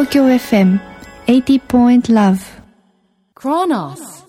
東京 FM80.love Kronos。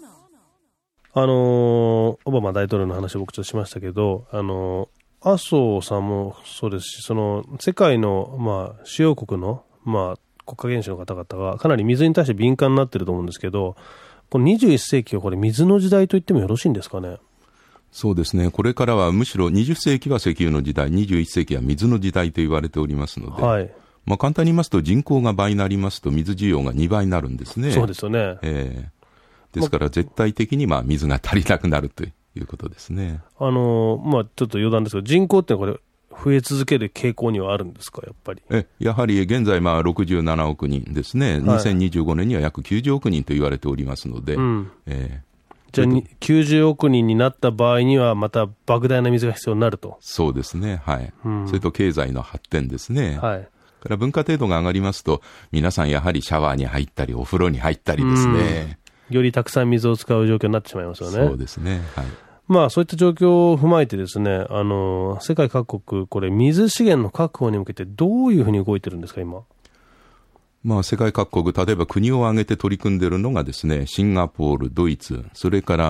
オバマ大統領の話を僕ちょっとしましたけど、麻生さんもそうですし、その世界の、主要国の、国家元首の方々がかなり水に対して敏感になっていると思うんですけど、この21世紀はこれ水の時代と言ってもよろしいんですかね。 そうですね。これからはむしろ20世紀は石油の時代、21世紀は水の時代と言われておりますので、 はい。 簡単に言いますと人口が倍になりますと水需要が2倍になるんですね。 そうですよね。 ですから絶対的に水が足りなくなるということですね。 ちょっと余談ですけど、人口ってこれ増え続ける傾向にはあるんですか、やっぱり。 やはり現在67億人ですね。2025年には約90億人と言われておりますので、 じゃあ90億人になった場合にはまた莫大な水が必要になると。 そうですね。はい。それと経済の発展ですね。 はい。 から文化程度が上がりますと、皆さんやはりシャワーに入ったりお風呂に入ったりですね。 よりたくさん水を使う状況になってしまいますよね。 そうですね。はい。 そういった状況を踏まえてですね、世界各国、これ水資源の確保に向けてどういうふうに動いてるんですか、今。 世界各国、例えば国を挙げて取り組んでいるのがですね、シンガポール、ドイツ、それから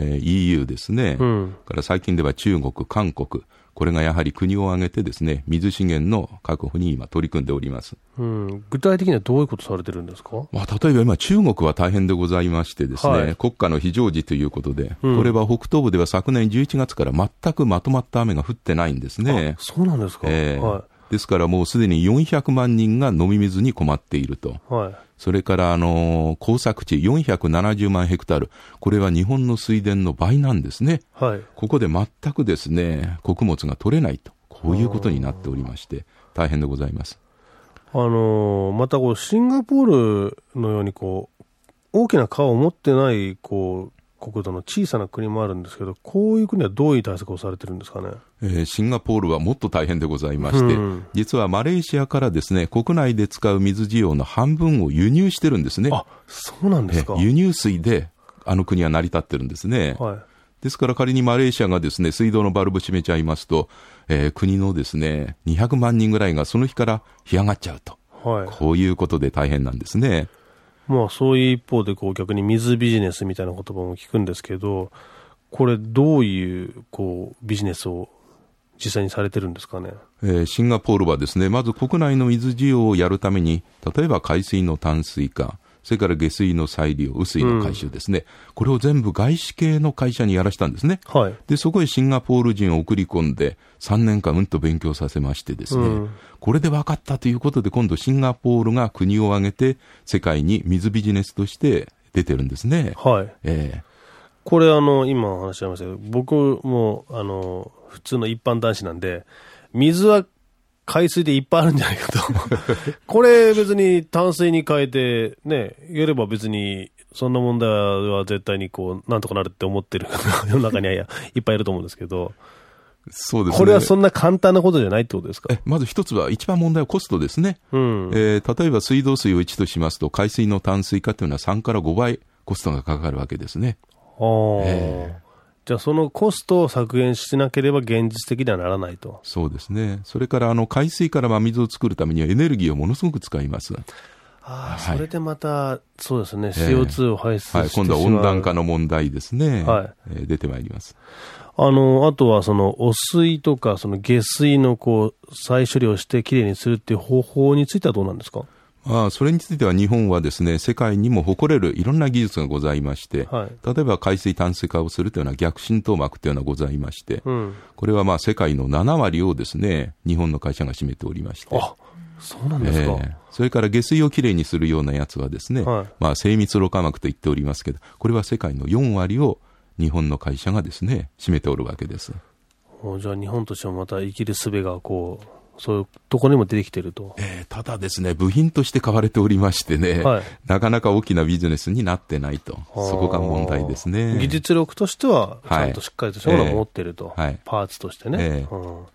、EU ですね、から最近では中国、韓国、これがやはり国を挙げてですね、水資源の確保に今取り組んでおります。 具体的にはどういうことされてるんですか。 例えば今中国は大変でございましてですね、国家の非常時ということで、これは北東部では昨年11月から全くまとまった雨が降ってないんですね。 そうなんですか。 ですからもうすでに400万人が飲み水に困っていると。それから耕作地470万ヘクタール、これは日本の水田の倍なんですね。ここで全くですね、穀物が取れないと、こういうことになっておりまして、大変でございます。 またシンガポールのように大きな川を持ってない国土の小さな国もあるんですけど、こういう国はどういう対策をされてるんですかね。 シンガポールはもっと大変でございまして、実はマレーシアからですね、国内で使う水需要の半分を輸入してるんですね。 そうなんですか。 輸入水で国は成り立ってるんですね。ですから仮にマレーシアがですね、水道のバルブ閉めちゃいますと、国のですね、200万人ぐらいがその日から干上がっちゃうと。こういうことで大変なんですね。 そういう一方で逆に水ビジネスみたいな言葉も聞くんですけど、これどういうビジネスを実際にされてるんですかね。 シンガポールはですね、まず国内の水需要をやるために、例えば海水の淡水化、それから下水の再利用、雨水の回収ですね、これを全部外資系の会社にやらしたんですね。でそこへシンガポール人を送り込んで3年間と勉強させましてですね、これで分かったということで、今度シンガポールが国を挙げて世界に水ビジネスとして出てるんですね。これ今話し合いましたけど、僕も普通の一般男子なんで、水は海水でいっぱいあるんじゃないかとこれ別に淡水に変えてね、やれば別にそんな問題は絶対になんとかなるって思ってる世の中にはいっぱいいると思うんですけど、 そうですね、 これはそんな簡単なことじゃないってことですか。 まず一つは一番問題はコストですね。例えば水道水を1としますと、海水の淡水化というのは3から5倍コストがかかるわけですね。 じゃあそのコストを削減しなければ現実的にはならないと。 そうですね。それから海水から水を作るためにはエネルギーをものすごく使います。 それでまたそうですね、CO2 を排出してしまう、 今度は温暖化の問題ですね。出てまいります。 あとはその汚水とかその下水の再処理をしてきれいにするっていう方法についてはどうなんですか。 それについては日本はですね、世界にも誇れるいろんな技術がございまして、例えば海水淡水化をするというのは逆浸透膜というのがございまして、これは世界の7割をですね、日本の会社が占めておりまして。 そうなんですか。 それから下水をきれいにするようなやつはですね、精密ろ過膜と言っておりますけど、これは世界の4割を日本の会社がですね、占めておるわけです。 じゃあ日本としてもまた生きる術がそういうところにも出てきていると。 ただですね、部品として買われておりましてね、なかなか大きなビジネスになってないと。そこが問題ですね。 技術力としてはちゃんとしっかりとしたものを持っていると、パーツとしてね。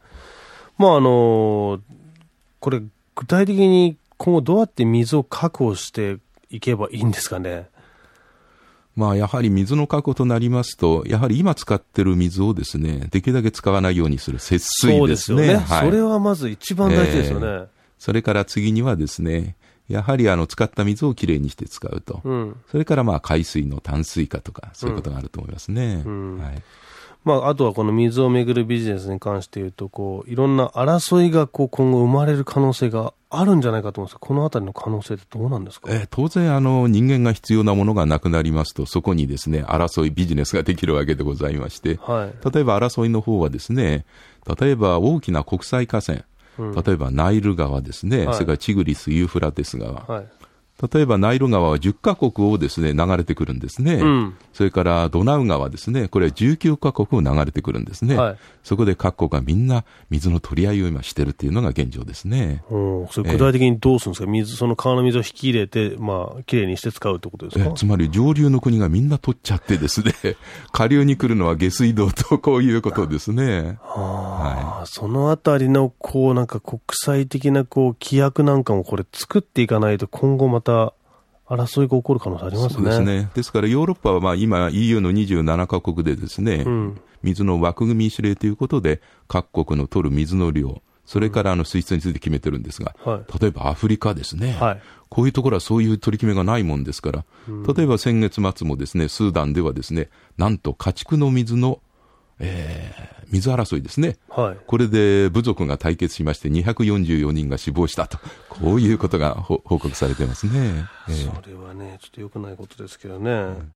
これ具体的に今後どうやって水を確保していけばいいんですかね。 やはり水の確保となりますと、やはり今使っている水をですね、できるだけ使わないようにする節水ですね。 そうですよね。それはまず一番大事ですよね。 それから次にはですね、 やはり使った水をきれいにして使うと。それから海水の淡水化とか、そういうことがあると思いますね。はい。 あとはこの水をめぐるビジネスに関して言うと、いろんな争いが今後生まれる可能性があるんじゃないかと思うんですが、このあたりの可能性ってどうなんですか？ 当然人間が必要なものがなくなりますと、そこにですね、争い、ビジネスができるわけでございまして、はい、例えば争いの方はですね、例えば大きな国際河川、例えばナイル川ですね、はい、それからチグリス・ユーフラテス川、はい、例えばナイル川は10カ国をですね、流れてくるんですね。それからドナウ川ですね、これは19カ国を流れてくるんですね。はい、そこで各国がみんな水の取り合いを今してるっていうのが現状ですね。 それ具体的にどうするんですか？その川の水を引き入れて、きれいにして使うってことですか？ つまり上流の国がみんな取っちゃってですね、下流に来るのは下水道とこういうことですね。 はい、そのあたりのなんか国際的な規約なんかもこれ作っていかないと今後また争いが起こる可能性ありますね。 そうですね。ですからヨーロッパは今 EU の27カ国でですね、水の枠組み指令ということで各国の取る水の量、それから水質について決めてるんですが、例えばアフリカですね、こういうところはそういう取り決めがないもんですから、例えば先月末もですね、スーダンではですね、なんと家畜の水の水争いですね、これで部族が対決しまして244人が死亡したと、こういうことが報告されていますね。 それはね、ちょっと良くないことですけどね。